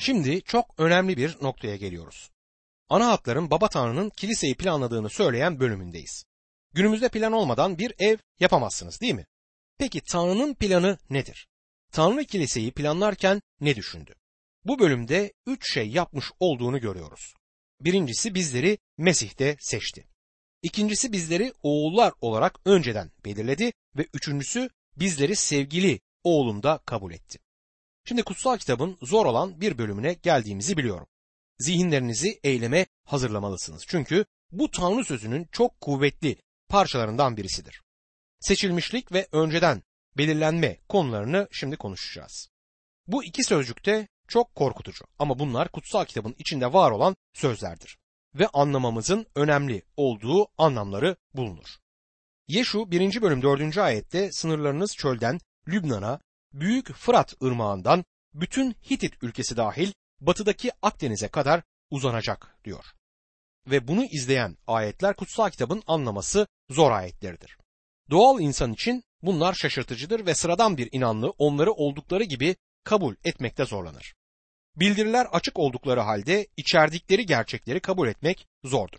Şimdi çok önemli bir noktaya geliyoruz. Ana hatların Baba Tanrı'nın kiliseyi planladığını söyleyen bölümündeyiz. Günümüzde plan olmadan bir ev yapamazsınız, değil mi? Peki Tanrı'nın planı nedir? Tanrı kiliseyi planlarken ne düşündü? Bu bölümde 3 şey yapmış olduğunu görüyoruz. Birincisi bizleri Mesih'te seçti. İkincisi bizleri oğullar olarak önceden belirledi ve üçüncüsü bizleri sevgili oğlunda kabul etti. Şimdi kutsal kitabın zor olan bir bölümüne geldiğimizi biliyorum. Zihinlerinizi eyleme hazırlamalısınız. Çünkü bu Tanrı sözünün çok kuvvetli parçalarından birisidir. Seçilmişlik ve önceden belirlenme konularını şimdi konuşacağız. Bu iki sözcük de çok korkutucu ama bunlar kutsal kitabın içinde var olan sözlerdir ve anlamamızın önemli olduğu anlamları bulunur. Yeşu 1. bölüm 4. ayette sınırlarınız çölden Lübnan'a, Büyük Fırat ırmağından bütün Hitit ülkesi dahil batıdaki Akdeniz'e kadar uzanacak diyor. Ve bunu izleyen ayetler kutsal kitabın anlaması zor ayetleridir. Doğal insan için bunlar şaşırtıcıdır ve sıradan bir inanlı onları oldukları gibi kabul etmekte zorlanır. Bildiriler açık oldukları halde içerdikleri gerçekleri kabul etmek zordur.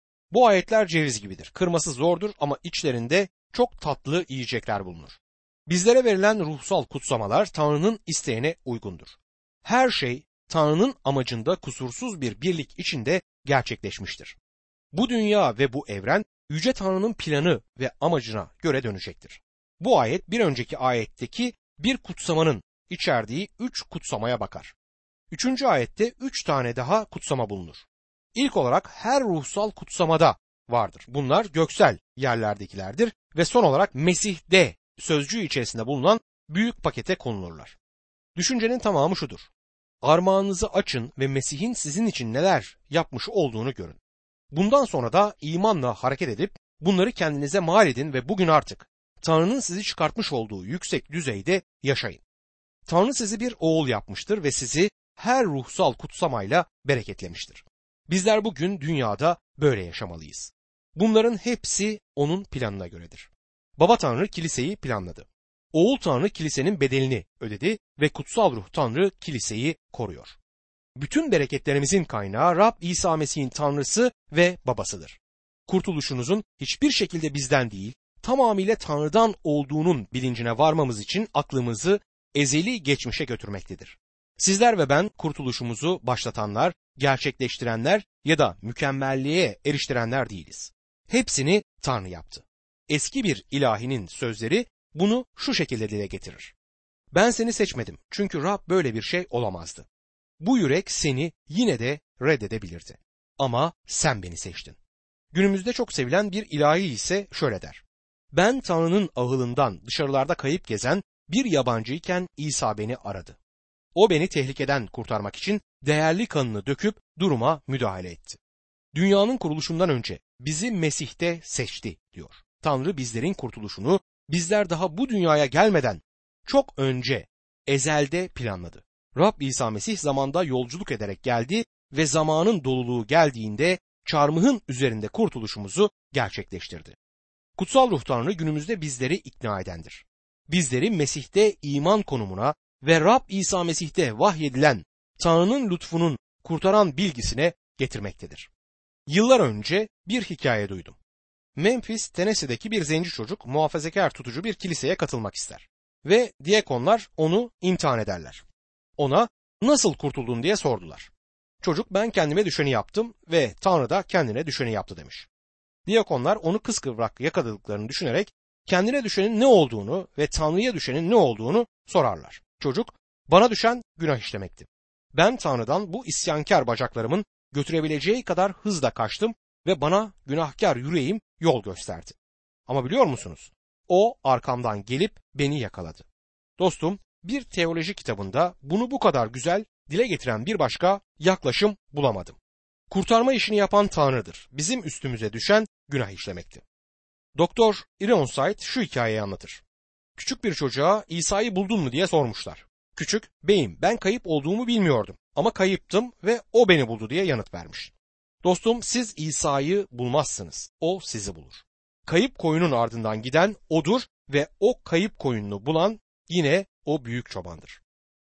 Bu ayetler ceviz gibidir. Kırması zordur ama içlerinde çok tatlı yiyecekler bulunur. Bizlere verilen ruhsal kutsamalar Tanrı'nın isteğine uygundur. Her şey Tanrı'nın amacında kusursuz bir birlik içinde gerçekleşmiştir. Bu dünya ve bu evren Yüce Tanrı'nın planı ve amacına göre dönecektir. Bu ayet bir önceki ayetteki bir kutsamanın içerdiği 3 kutsamaya bakar. 3. ayette 3 tane daha kutsama bulunur. İlk olarak her ruhsal kutsamada vardır. Bunlar göksel yerlerdekilerdir ve son olarak Mesih'de sözcüğü içerisinde bulunan büyük pakete konulurlar. Düşüncenin tamamı şudur. Armağanınızı açın ve Mesih'in sizin için neler yapmış olduğunu görün. Bundan sonra da imanla hareket edip bunları kendinize mal edin ve bugün artık Tanrı'nın sizi çıkartmış olduğu yüksek düzeyde yaşayın. Tanrı sizi bir oğul yapmıştır ve sizi her ruhsal kutsamayla bereketlemiştir. Bizler bugün dünyada böyle yaşamalıyız. Bunların hepsi onun planına göredir. Baba Tanrı kiliseyi planladı. Oğul Tanrı kilisenin bedelini ödedi ve kutsal ruh Tanrı kiliseyi koruyor. Bütün bereketlerimizin kaynağı Rab İsa Mesih'in Tanrısı ve babasıdır. Kurtuluşunuzun hiçbir şekilde bizden değil, tamamıyla Tanrı'dan olduğunun bilincine varmamız için aklımızı ezeli geçmişe götürmektedir. Sizler ve ben kurtuluşumuzu başlatanlar, gerçekleştirenler ya da mükemmelliğe eriştirenler değiliz. Hepsini Tanrı yaptı. Eski bir ilahinin sözleri bunu şu şekilde dile getirir. Ben seni seçmedim çünkü Rab böyle bir şey olamazdı. Bu yürek seni yine de reddedebilirdi. Ama sen beni seçtin. Günümüzde çok sevilen bir ilahi ise şöyle der. Ben Tanrı'nın ahılından dışarılarda kayıp gezen bir yabancıyken İsa beni aradı. O beni tehlikeden kurtarmak için değerli kanını döküp duruma müdahale etti. Dünyanın kuruluşundan önce bizi Mesih'te seçti diyor. Tanrı bizlerin kurtuluşunu bizler daha bu dünyaya gelmeden çok önce ezelde planladı. Rab İsa Mesih zamanda yolculuk ederek geldi ve zamanın doluluğu geldiğinde çarmıhın üzerinde kurtuluşumuzu gerçekleştirdi. Kutsal Ruh Tanrı günümüzde bizleri ikna edendir. Bizleri Mesih'te iman konumuna ve Rab İsa Mesih'te vahyedilen Tanrı'nın lütfunun kurtaran bilgisine getirmektedir. Yıllar önce bir hikaye duydum. Memphis, Tennessee'deki bir zenci çocuk muhafazakar tutucu bir kiliseye katılmak ister. Ve diyakonlar onu imtihan ederler. Ona nasıl kurtuldun diye sordular. Çocuk ben kendime düşeni yaptım ve Tanrı da kendine düşeni yaptı demiş. Diyakonlar onu kıskıvrak yakaladıklarını düşünerek kendine düşenin ne olduğunu ve Tanrı'ya düşenin ne olduğunu sorarlar. Çocuk bana düşen günah işlemekti. Ben Tanrı'dan bu isyankar bacaklarımın götürebileceği kadar hızla kaçtım ve bana günahkar yüreğim yol gösterdi. Ama biliyor musunuz? O arkamdan gelip beni yakaladı. Dostum, bir teoloji kitabında bunu bu kadar güzel dile getiren bir başka yaklaşım bulamadım. Kurtarma işini yapan Tanrı'dır. Bizim üstümüze düşen günah işlemekti. Doktor Ironside şu hikayeyi anlatır. Küçük bir çocuğa İsa'yı buldun mu diye sormuşlar. Küçük, beyim ben kayıp olduğumu bilmiyordum ama kayıptım ve o beni buldu diye yanıt vermiş. Dostum siz İsa'yı bulmazsınız, o sizi bulur. Kayıp koyunun ardından giden odur ve o kayıp koyununu bulan yine o büyük çobandır.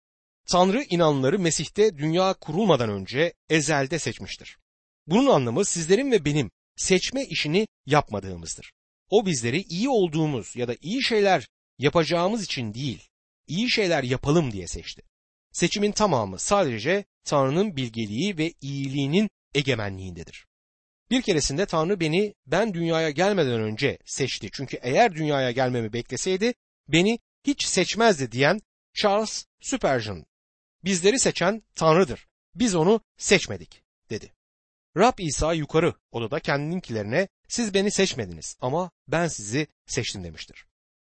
Tanrı inanlıları Mesih'te dünya kurulmadan önce ezelde seçmiştir. Bunun anlamı sizlerin ve benim seçme işini yapmadığımızdır. O bizleri iyi olduğumuz ya da iyi şeyler yapacağımız için değil, iyi şeyler yapalım diye seçti. Seçimin tamamı sadece Tanrı'nın bilgeliği ve iyiliğinin egemenliğindedir. Bir keresinde Tanrı beni ben dünyaya gelmeden önce seçti. Çünkü eğer dünyaya gelmemi bekleseydi beni hiç seçmezdi diyen Charles Spurgeon, bizleri seçen Tanrı'dır, biz onu seçmedik dedi. Rab İsa yukarı odada kendininkilerine siz beni seçmediniz ama ben sizi seçtim demiştir.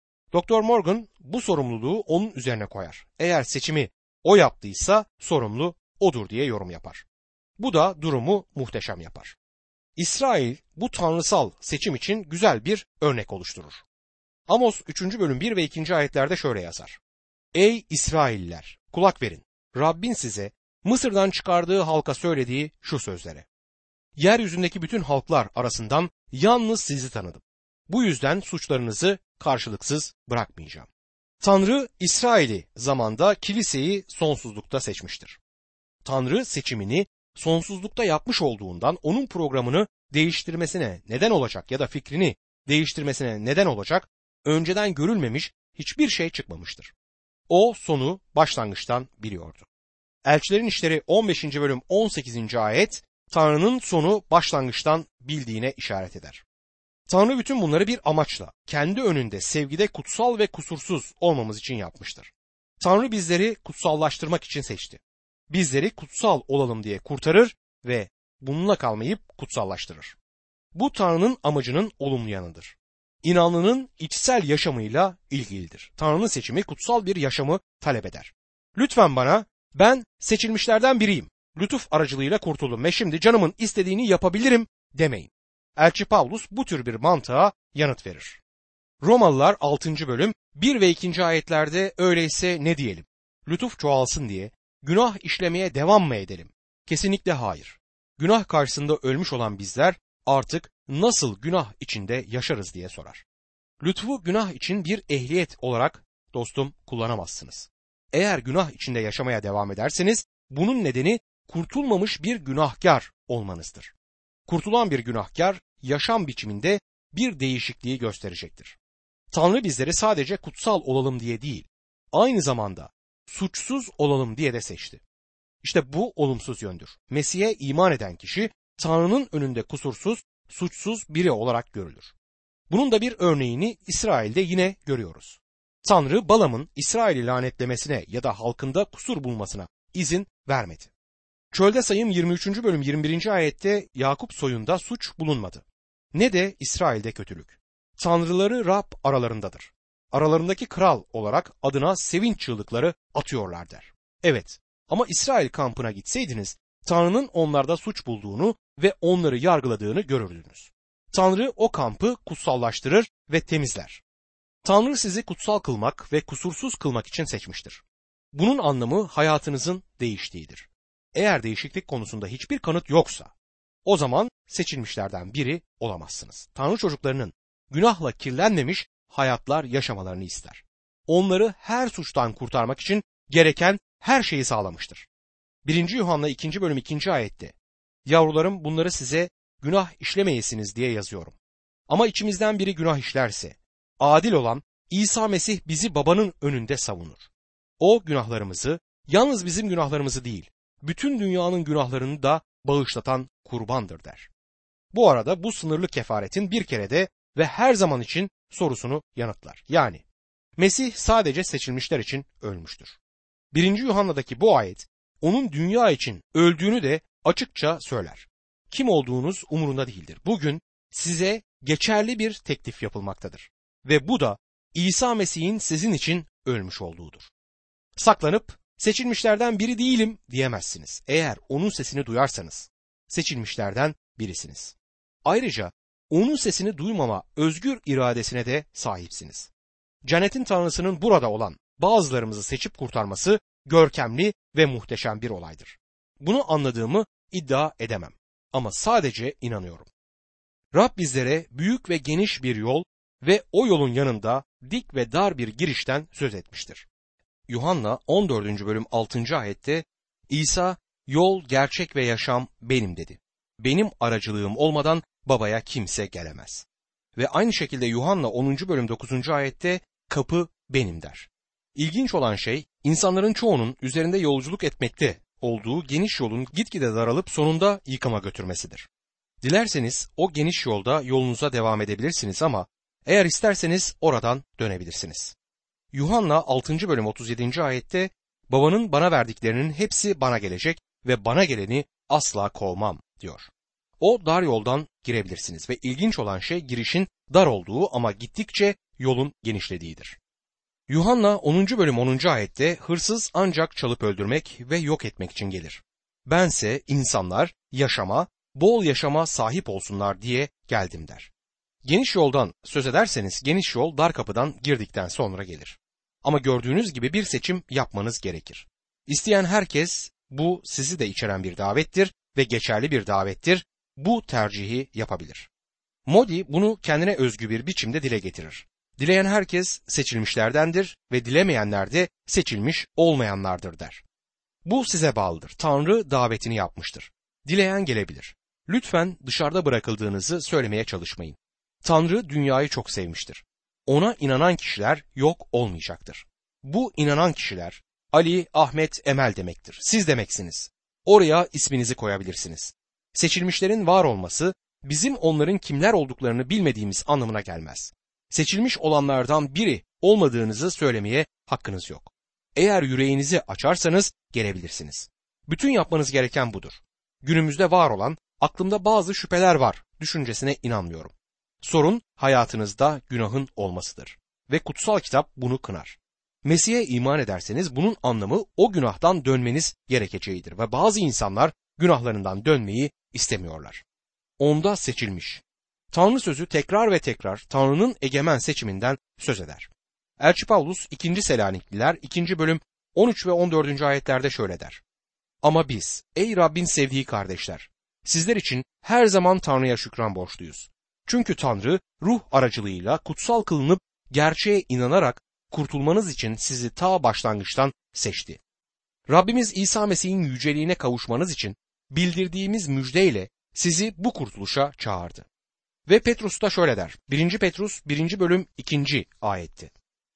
Dr. Morgan bu sorumluluğu onun üzerine koyar. Eğer seçimi o yaptıysa sorumlu odur diye yorum yapar. Bu da durumu muhteşem yapar. İsrail bu tanrısal seçim için güzel bir örnek oluşturur. Amos 3. bölüm 1 ve 2. ayetlerde şöyle yazar. Ey İsrailliler, kulak verin. Rabbin size Mısır'dan çıkardığı halka söylediği şu sözlere. Yeryüzündeki bütün halklar arasından yalnız sizi tanıdım. Bu yüzden suçlarınızı karşılıksız bırakmayacağım. Tanrı İsrail'i zamanda kiliseyi sonsuzlukta seçmiştir. Tanrı seçimini sonsuzlukta yapmış olduğundan onun programını değiştirmesine neden olacak ya da fikrini değiştirmesine neden olacak önceden görülmemiş hiçbir şey çıkmamıştır. O sonu başlangıçtan biliyordu. Elçilerin İşleri 15. bölüm 18. ayet Tanrı'nın sonu başlangıçtan bildiğine işaret eder. Tanrı bütün bunları bir amaçla kendi önünde sevgide kutsal ve kusursuz olmamız için yapmıştır. Tanrı bizleri kutsallaştırmak için seçti. Bizleri kutsal olalım diye kurtarır ve bununla kalmayıp kutsallaştırır. Bu Tanrı'nın amacının olumlu yanıdır. İnanlının içsel yaşamıyla ilgilidir. Tanrı'nın seçimi kutsal bir yaşamı talep eder. Lütfen bana ben seçilmişlerden biriyim, lütuf aracılığıyla kurtuldum ve şimdi canımın istediğini yapabilirim demeyin. Elçi Pavlus bu tür bir mantığa yanıt verir. Romalılar 6. bölüm 1 ve 2. ayetlerde öyleyse ne diyelim? Lütuf çoğalsın diye günah işlemeye devam mı edelim? Kesinlikle hayır. Günah karşısında ölmüş olan bizler artık nasıl günah içinde yaşarız diye sorar. Lütfu günah için bir ehliyet olarak dostum kullanamazsınız. Eğer günah içinde yaşamaya devam ederseniz bunun nedeni kurtulmamış bir günahkar olmanızdır. Kurtulan bir günahkar yaşam biçiminde bir değişikliği gösterecektir. Tanrı bizleri sadece kutsal olalım diye değil, aynı zamanda suçsuz olalım diye de seçti. İşte bu olumsuz yöndür. Mesih'e iman eden kişi Tanrı'nın önünde kusursuz, suçsuz biri olarak görülür. Bunun da bir örneğini İsrail'de yine görüyoruz. Tanrı Balam'ın İsrail'i lanetlemesine ya da halkında kusur bulmasına izin vermedi. Çölde Sayım 23. bölüm 21. ayette Yakup soyunda suç bulunmadı. Ne de İsrail'de kötülük. Tanrıları Rab aralarındadır. Aralarındaki kral olarak adına sevinç çığlıkları atıyorlar der. Evet, ama İsrail kampına gitseydiniz Tanrı'nın onlarda suç bulduğunu ve onları yargıladığını görürdünüz. Tanrı o kampı kutsallaştırır ve temizler. Tanrı sizi kutsal kılmak ve kusursuz kılmak için seçmiştir. Bunun anlamı hayatınızın değiştiğidir. Eğer değişiklik konusunda hiçbir kanıt yoksa, o zaman seçilmişlerden biri olamazsınız. Tanrı çocuklarının günahla kirlenmemiş hayatlar yaşamalarını ister. Onları her suçtan kurtarmak için gereken her şeyi sağlamıştır. 1. Yuhanna 2. bölüm 2. ayette, yavrularım bunları size günah işlemeyesiniz diye yazıyorum. Ama içimizden biri günah işlerse, adil olan İsa Mesih bizi babanın önünde savunur. O günahlarımızı, yalnız bizim günahlarımızı değil, bütün dünyanın günahlarını da bağışlatan kurbandır der. Bu arada bu sınırlı kefaretin bir kerede ve her zaman için sorusunu yanıtlar. Yani Mesih sadece seçilmişler için ölmüştür. 1. Yuhanna'daki bu ayet onun dünya için öldüğünü de açıkça söyler. Kim olduğunuz umurunda değildir. Bugün size geçerli bir teklif yapılmaktadır. Ve bu da İsa Mesih'in sizin için ölmüş olduğudur. Saklanıp seçilmişlerden biri değilim diyemezsiniz. Eğer onun sesini duyarsanız seçilmişlerden birisiniz. Ayrıca onun sesini duymama özgür iradesine de sahipsiniz. Cennetin Tanrısı'nın burada olan bazılarımızı seçip kurtarması görkemli ve muhteşem bir olaydır. Bunu anladığımı iddia edemem ama sadece inanıyorum. Rab bizlere büyük ve geniş bir yol ve o yolun yanında dik ve dar bir girişten söz etmiştir. Yuhanna 14. bölüm 6. ayette İsa yol, gerçek ve yaşam benim dedi. Benim aracılığım olmadan babaya kimse gelemez. Ve aynı şekilde Yuhanna 10. bölüm 9. ayette kapı benim der. İlginç olan şey insanların çoğunun üzerinde yolculuk etmekte olduğu geniş yolun gitgide daralıp sonunda yıkıma götürmesidir. Dilerseniz o geniş yolda yolunuza devam edebilirsiniz ama eğer isterseniz oradan dönebilirsiniz. Yuhanna 6. bölüm 37. ayette babanın bana verdiklerinin hepsi bana gelecek ve bana geleni asla kovmam diyor. O dar yoldan girebilirsiniz ve ilginç olan şey girişin dar olduğu ama gittikçe yolun genişlediğidir. Yuhanna 10. bölüm 10. ayette hırsız ancak çalıp öldürmek ve yok etmek için gelir. Bense insanlar yaşama, bol yaşama sahip olsunlar diye geldim der. Geniş yoldan söz ederseniz geniş yol dar kapıdan girdikten sonra gelir. Ama gördüğünüz gibi bir seçim yapmanız gerekir. İsteyen herkes, bu sizi de içeren bir davettir ve geçerli bir davettir, bu tercihi yapabilir. Modi bunu kendine özgü bir biçimde dile getirir. Dileyen herkes seçilmişlerdendir ve dilemeyenler de seçilmiş olmayanlardır der. Bu size bağlıdır. Tanrı davetini yapmıştır. Dileyen gelebilir. Lütfen dışarıda bırakıldığınızı söylemeye çalışmayın. Tanrı dünyayı çok sevmiştir. Ona inanan kişiler yok olmayacaktır. Bu inanan kişiler Ali, Ahmet, Emel demektir. Siz demeksiniz. Oraya isminizi koyabilirsiniz. Seçilmişlerin var olması bizim onların kimler olduklarını bilmediğimiz anlamına gelmez. Seçilmiş olanlardan biri olmadığınızı söylemeye hakkınız yok. Eğer yüreğinizi açarsanız gelebilirsiniz. Bütün yapmanız gereken budur. Günümüzde var olan aklımda bazı şüpheler var düşüncesine inanmıyorum. Sorun hayatınızda günahın olmasıdır ve kutsal kitap bunu kınar. Mesih'e iman ederseniz bunun anlamı o günahtan dönmeniz gerekeceğidir ve bazı insanlar günahlarından dönmeyi istemiyorlar. Onda seçilmiş. Tanrı sözü tekrar ve tekrar Tanrı'nın egemen seçiminden söz eder. Elçi Pavlus 2. Selanikliler 2. bölüm 13 ve 14. ayetlerde şöyle der. Ama biz, ey Rabbin sevdiği kardeşler, sizler için her zaman Tanrı'ya şükran borçluyuz. Çünkü Tanrı ruh aracılığıyla kutsal kılınıp gerçeğe inanarak kurtulmanız için sizi ta başlangıçtan seçti. Rabbimiz İsa Mesih'in yüceliğine kavuşmanız için bildirdiğimiz müjdeyle sizi bu kurtuluşa çağırdı. Ve Petrus da şöyle der. 1. Petrus 1. bölüm 2. ayetti.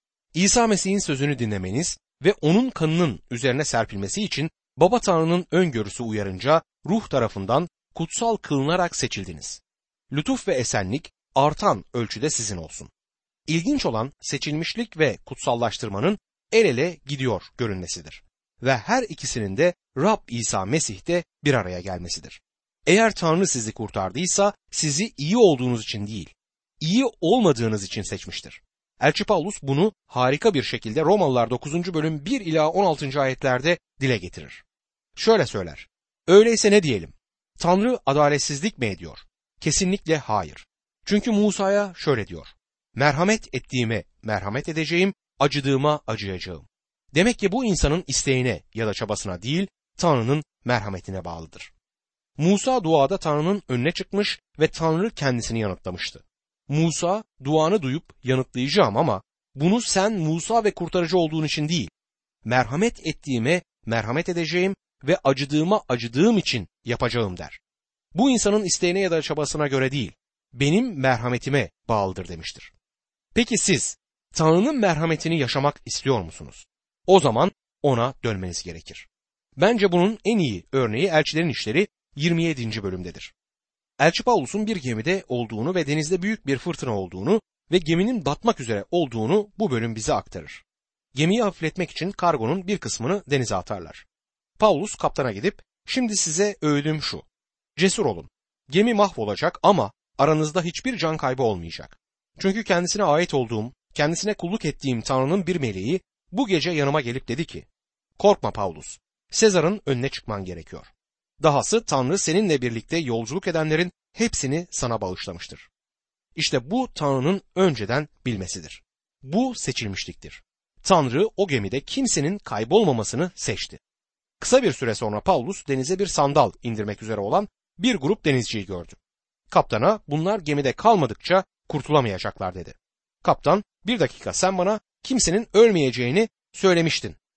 İsa Mesih'in sözünü dinlemeniz ve onun kanının üzerine serpilmesi için Baba Tanrı'nın öngörüsü uyarınca ruh tarafından kutsal kılınarak seçildiniz. Lütuf ve esenlik artan ölçüde sizin olsun. İlginç olan seçilmişlik ve kutsallaştırmanın el ele gidiyor görünmesidir. Ve her ikisinin de Rab İsa Mesih'te bir araya gelmesidir. Eğer Tanrı sizi kurtardıysa sizi iyi olduğunuz için değil, iyi olmadığınız için seçmiştir. Elçi Pavlus bunu harika bir şekilde Romalılar 9. bölüm 1 ila 16. ayetlerde dile getirir. Şöyle söyler. Öyleyse ne diyelim? Tanrı adaletsizlik mi ediyor? Kesinlikle hayır. Çünkü Musa'ya şöyle diyor. Merhamet ettiğime merhamet edeceğim, acıdığıma acıyacağım. Demek ki bu insanın isteğine ya da çabasına değil, Tanrı'nın merhametine bağlıdır. Musa duada Tanrı'nın önüne çıkmış ve Tanrı kendisini yanıtlamıştı. Musa duanı duyup yanıtlayacağım ama bunu sen Musa ve kurtarıcı olduğun için değil, merhamet ettiğime merhamet edeceğim ve acıdığıma acıdığım için yapacağım der. Bu insanın isteğine ya da çabasına göre değil, benim merhametime bağlıdır demiştir. Peki siz Tanrı'nın merhametini yaşamak istiyor musunuz? O zaman ona dönmeniz gerekir. Bence bunun en iyi örneği Elçilerin İşleri 27. bölümdedir. Elçi Pavlus'un bir gemide olduğunu ve denizde büyük bir fırtına olduğunu ve geminin batmak üzere olduğunu bu bölüm bize aktarır. Gemiyi hafifletmek için kargonun bir kısmını denize atarlar. Pavlus kaptana gidip, şimdi size öğüdüm şu. Cesur olun. Gemi mahvolacak ama aranızda hiçbir can kaybı olmayacak. Çünkü kendisine ait olduğum, kendisine kulluk ettiğim Tanrı'nın bir meleği bu gece yanıma gelip dedi ki, korkma Pavlus, Sezar'ın önüne çıkman gerekiyor. Dahası Tanrı seninle birlikte yolculuk edenlerin hepsini sana bağışlamıştır. İşte bu Tanrı'nın önceden bilmesidir. Bu seçilmişliktir. Tanrı o gemide kimsenin kaybolmamasını seçti. Kısa bir süre sonra Pavlus denize bir sandal indirmek üzere olan bir grup denizciyi gördü. Kaptana bunlar gemide kalmadıkça kurtulamayacaklar dedi. Kaptan, bir dakika sen bana kimsenin ölmeyeceğini söylemiştin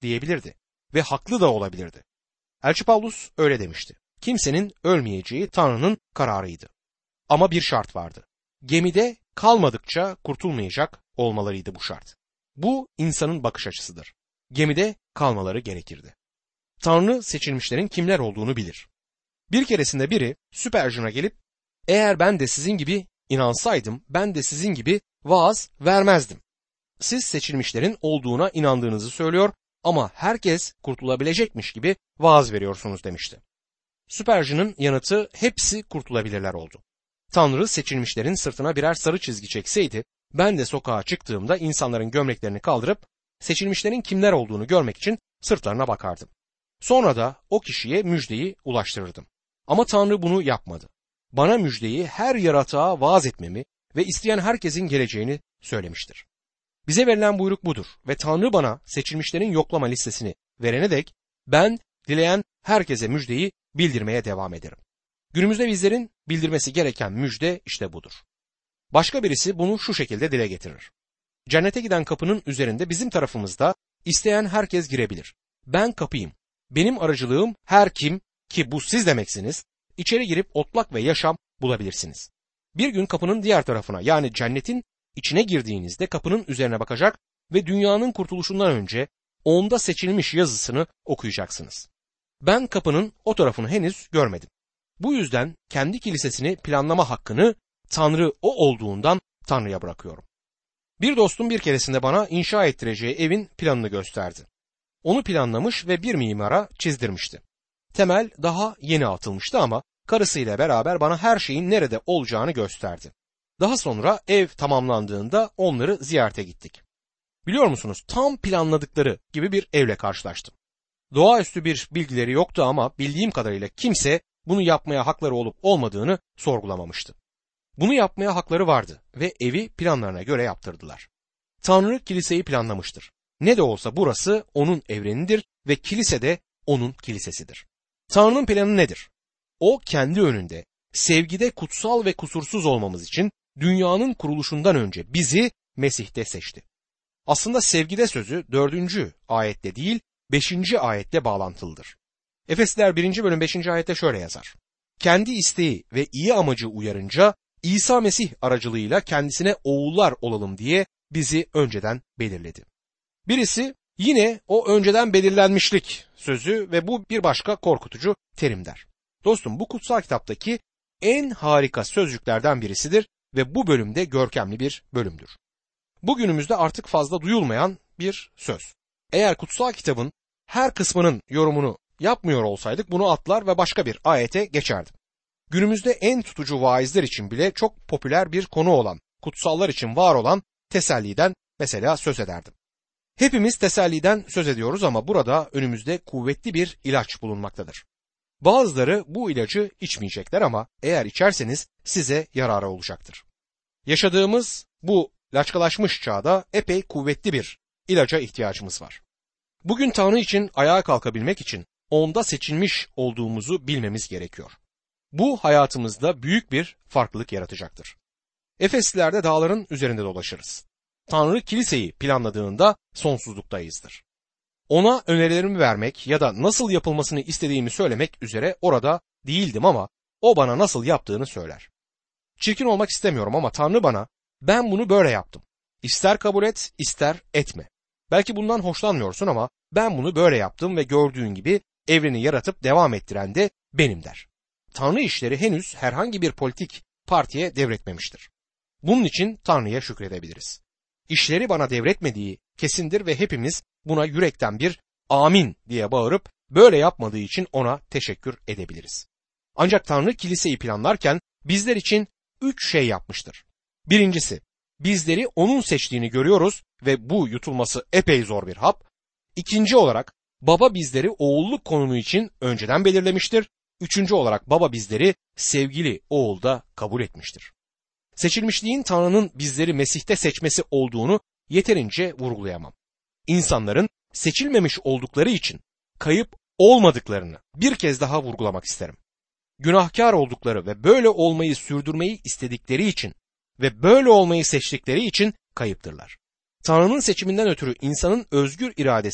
diyebilirdi ve haklı da olabilirdi. Elçi Pavlus öyle demişti. Kimsenin ölmeyeceği Tanrı'nın kararıydı. Ama bir şart vardı. Gemide kalmadıkça kurtulmayacak olmalarıydı bu şart. Bu insanın bakış açısıdır. Gemide kalmaları gerekirdi. Tanrı seçilmişlerin kimler olduğunu bilir. Bir keresinde biri Spurgeon'a gelip eğer ben de sizin gibi inansaydım ben de sizin gibi vaaz vermezdim. Siz seçilmişlerin olduğuna inandığınızı söylüyor ama herkes kurtulabilecekmiş gibi vaaz veriyorsunuz demişti. Spurgeon'ın yanıtı hepsi kurtulabilirler oldu. Tanrı seçilmişlerin sırtına birer sarı çizgi çekseydi ben de sokağa çıktığımda insanların gömleklerini kaldırıp seçilmişlerin kimler olduğunu görmek için sırtlarına bakardım. Sonra da o kişiye müjdeyi ulaştırırdım. Ama Tanrı bunu yapmadı. Bana müjdeyi her yaratığa vaaz etmemi ve isteyen herkesin geleceğini söylemiştir. Bize verilen buyruk budur ve Tanrı bana seçilmişlerin yoklama listesini verene dek ben dileyen herkese müjdeyi bildirmeye devam ederim. Günümüzde bizlerin bildirmesi gereken müjde işte budur. Başka birisi bunu şu şekilde dile getirir. Cennete giden kapının üzerinde bizim tarafımızda isteyen herkes girebilir. Ben kapıyım. Benim aracılığım her kim ki bu siz demeksiniz, içeri girip otlak ve yaşam bulabilirsiniz. Bir gün kapının diğer tarafına yani cennetin içine girdiğinizde kapının üzerine bakacak ve dünyanın kurtuluşundan önce onda seçilmiş yazısını okuyacaksınız. Ben kapının o tarafını henüz görmedim. Bu yüzden kendi kilisesini planlama hakkını Tanrı o olduğundan Tanrı'ya bırakıyorum. Bir dostum bir keresinde bana inşa ettireceği evin planını gösterdi. Onu planlamış ve bir mimara çizdirmişti. Temel daha yeni atılmıştı ama karısıyla beraber bana her şeyin nerede olacağını gösterdi. Daha sonra ev tamamlandığında onları ziyarete gittik. Biliyor musunuz tam planladıkları gibi bir evle karşılaştım. Doğaüstü bir bilgileri yoktu ama bildiğim kadarıyla kimse bunu yapmaya hakları olup olmadığını sorgulamamıştı. Bunu yapmaya hakları vardı ve evi planlarına göre yaptırdılar. Tanrı kiliseyi planlamıştır. Ne de olsa burası onun evrenidir ve kilise de onun kilisesidir. Tanrı'nın planı nedir? O kendi önünde sevgide kutsal ve kusursuz olmamız için dünyanın kuruluşundan önce bizi Mesih'te seçti. Aslında sevgide sözü 4. ayette değil 5. ayette bağlantılıdır. Efesliler 1. bölüm 5. ayette şöyle yazar. Kendi isteği ve iyi amacı uyarınca İsa Mesih aracılığıyla kendisine oğullar olalım diye bizi önceden belirledi. Birisi yine o önceden belirlenmişlik sözü ve bu bir başka korkutucu terim der. Dostum bu kutsal kitaptaki en harika sözcüklerden birisidir ve bu bölümde görkemli bir bölümdür. Bugünümüzde artık fazla duyulmayan bir söz. Eğer kutsal kitabın her kısmının yorumunu yapmıyor olsaydık bunu atlar ve başka bir ayete geçerdim. Günümüzde en tutucu vaizler için bile çok popüler bir konu olan, kutsallar için var olan teselliden mesela söz ederdim. Hepimiz teselliden söz ediyoruz ama burada önümüzde kuvvetli bir ilaç bulunmaktadır. Bazıları bu ilacı içmeyecekler ama eğer içerseniz size yararı olacaktır. Yaşadığımız bu laçkalaşmış çağda epey kuvvetli bir ilaca ihtiyacımız var. Bugün Tanrı için ayağa kalkabilmek için onda seçilmiş olduğumuzu bilmemiz gerekiyor. Bu hayatımızda büyük bir farklılık yaratacaktır. Efeslilerde dağların üzerinde dolaşırız. Tanrı kiliseyi planladığında sonsuzluktayızdır. Ona önerilerimi vermek ya da nasıl yapılmasını istediğimi söylemek üzere orada değildim ama o bana nasıl yaptığını söyler. Çirkin olmak istemiyorum ama Tanrı bana ben bunu böyle yaptım. İster kabul et, ister etme. Belki bundan hoşlanmıyorsun ama ben bunu böyle yaptım ve gördüğün gibi evreni yaratıp devam ettiren de benim der. Tanrı işleri henüz herhangi bir politik partiye devretmemiştir. Bunun için Tanrı'ya şükredebiliriz. İşleri bana devretmediği kesindir ve hepimiz buna yürekten bir amin diye bağırıp böyle yapmadığı için ona teşekkür edebiliriz. Ancak Tanrı kiliseyi planlarken bizler için 3 şey yapmıştır. Birincisi, bizleri onun seçtiğini görüyoruz ve bu yutulması epey zor bir hap. İkinci olarak baba bizleri oğulluk konumu için önceden belirlemiştir. Üçüncü olarak baba bizleri sevgili oğulda kabul etmiştir. Seçilmişliğin Tanrı'nın bizleri Mesih'te seçmesi olduğunu yeterince vurgulayamam. İnsanların seçilmemiş oldukları için kayıp olmadıklarını bir kez daha vurgulamak isterim. Günahkar oldukları ve böyle olmayı sürdürmeyi istedikleri için ve böyle olmayı seçtikleri için kayıptırlar. Tanrı'nın seçiminden ötürü insanın özgür iradesi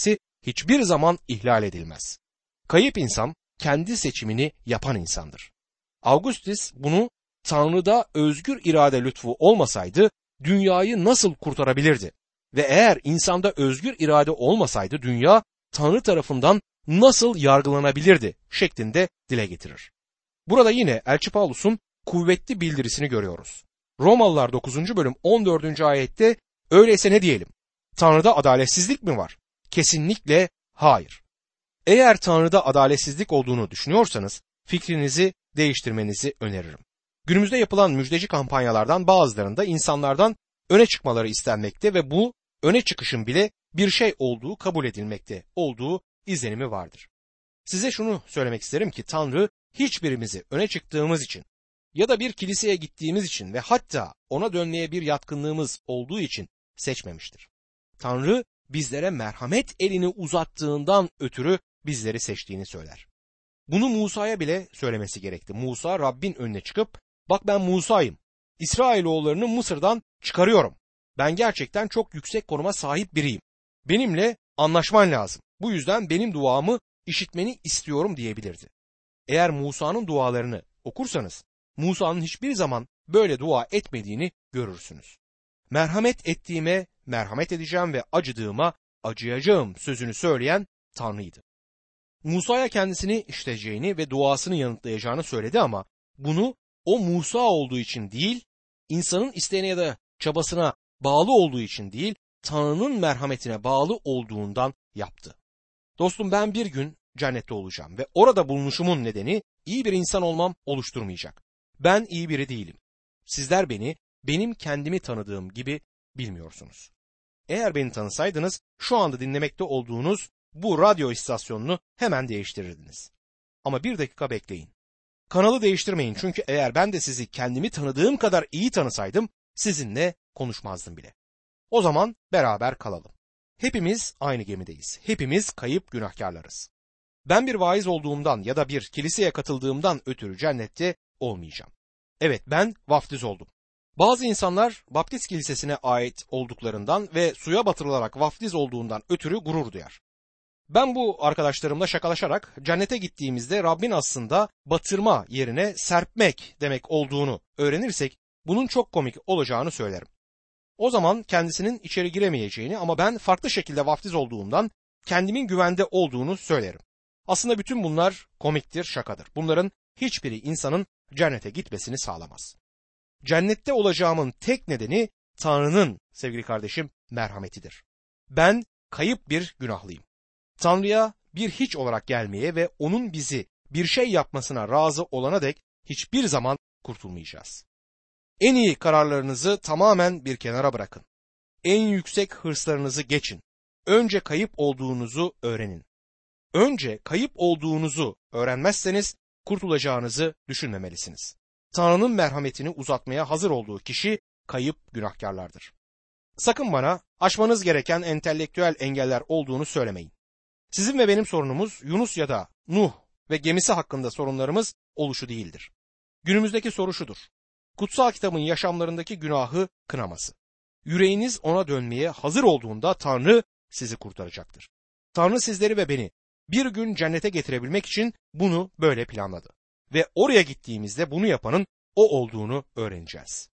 hiçbir zaman ihlal edilmez. Kayıp insan kendi seçimini yapan insandır. Augustus bunu Tanrı'da özgür irade lütfu olmasaydı dünyayı nasıl kurtarabilirdi? Ve eğer insanda özgür irade olmasaydı dünya Tanrı tarafından nasıl yargılanabilirdi şeklinde dile getirir. Burada yine Elçi Pavlus'un kuvvetli bildirisini görüyoruz. Romalılar 9. bölüm 14. ayette öyleyse ne diyelim? Tanrı'da adaletsizlik mi var? Kesinlikle hayır. Eğer Tanrı'da adaletsizlik olduğunu düşünüyorsanız fikrinizi değiştirmenizi öneririm. Günümüzde yapılan müjdeci kampanyalardan bazılarında insanlardan öne çıkmaları istenmekte ve bu öne çıkışın bile bir şey olduğu kabul edilmekte olduğu izlenimi vardır. Size şunu söylemek isterim ki Tanrı hiçbirimizi öne çıktığımız için ya da bir kiliseye gittiğimiz için ve hatta ona dönmeye bir yatkınlığımız olduğu için seçmemiştir. Tanrı bizlere merhamet elini uzattığından ötürü bizleri seçtiğini söyler. Bunu Musa'ya bile söylemesi gerekti. Musa Rabbin önüne çıkıp bak ben Musa'yım. İsrailoğullarını Mısır'dan çıkarıyorum. Ben gerçekten çok yüksek konuma sahip biriyim. Benimle anlaşman lazım. Bu yüzden benim duamı işitmeni istiyorum diyebilirdi. Eğer Musa'nın dualarını okursanız Musa'nın hiçbir zaman böyle dua etmediğini görürsünüz. Merhamet ettiğime merhamet edeceğim ve acıdığıma acıyacağım sözünü söyleyen Tanrı'ydı. Musa'ya kendisini işiteceğini ve duasını yanıtlayacağını söyledi ama bunu o Musa olduğu için değil, insanın isteğine ya da çabasına bağlı olduğu için değil, Tanrı'nın merhametine bağlı olduğundan yaptı. Dostum ben bir gün cennette olacağım ve orada bulunuşumun nedeni iyi bir insan olmam oluşturmayacak. Ben iyi biri değilim. Sizler beni benim kendimi tanıdığım gibi bilmiyorsunuz. Eğer beni tanısaydınız şu anda dinlemekte olduğunuz bu radyo istasyonunu hemen değiştirirdiniz. Ama bir dakika bekleyin. Kanalı değiştirmeyin çünkü eğer ben de sizi kendimi tanıdığım kadar iyi tanısaydım sizinle konuşmazdım bile. O zaman beraber kalalım. Hepimiz aynı gemideyiz. Hepimiz kayıp günahkarlarız. Ben bir vaiz olduğumdan ya da bir kiliseye katıldığımdan ötürü cennette olmayacağım. Evet ben vaftiz oldum. Bazı insanlar Baptist kilisesine ait olduklarından ve suya batırılarak vaftiz olduğundan ötürü gurur duyar. Ben bu arkadaşlarımla şakalaşarak cennete gittiğimizde Rabbin aslında batırma yerine serpmek demek olduğunu öğrenirsek bunun çok komik olacağını söylerim. O zaman kendisinin içeri giremeyeceğini ama ben farklı şekilde vaftiz olduğumdan kendimin güvende olduğunu söylerim. Aslında bütün bunlar komiktir, şakadır. Bunların hiçbiri insanın cennete gitmesini sağlamaz. Cennette olacağımın tek nedeni Tanrı'nın sevgili kardeşim merhametidir. Ben kayıp bir günahlıyım. Tanrı'ya bir hiç olarak gelmeye ve onun bizi bir şey yapmasına razı olana dek hiçbir zaman kurtulmayacağız. En iyi kararlarınızı tamamen bir kenara bırakın. En yüksek hırslarınızı geçin. Önce kayıp olduğunuzu öğrenin. Önce kayıp olduğunuzu öğrenmezseniz kurtulacağınızı düşünmemelisiniz. Tanrı'nın merhametini uzatmaya hazır olduğu kişi kayıp günahkarlardır. Sakın bana aşmanız gereken entelektüel engeller olduğunu söylemeyin. Sizin ve benim sorunumuz Yunus ya da Nuh ve gemisi hakkında sorunlarımız oluşu değildir. Günümüzdeki soru şudur. Kutsal kitabın yaşamlarındaki günahı kınaması. Yüreğiniz ona dönmeye hazır olduğunda Tanrı sizi kurtaracaktır. Tanrı sizleri ve beni bir gün cennete getirebilmek için bunu böyle planladı. Ve oraya gittiğimizde bunu yapanın o olduğunu öğreneceğiz.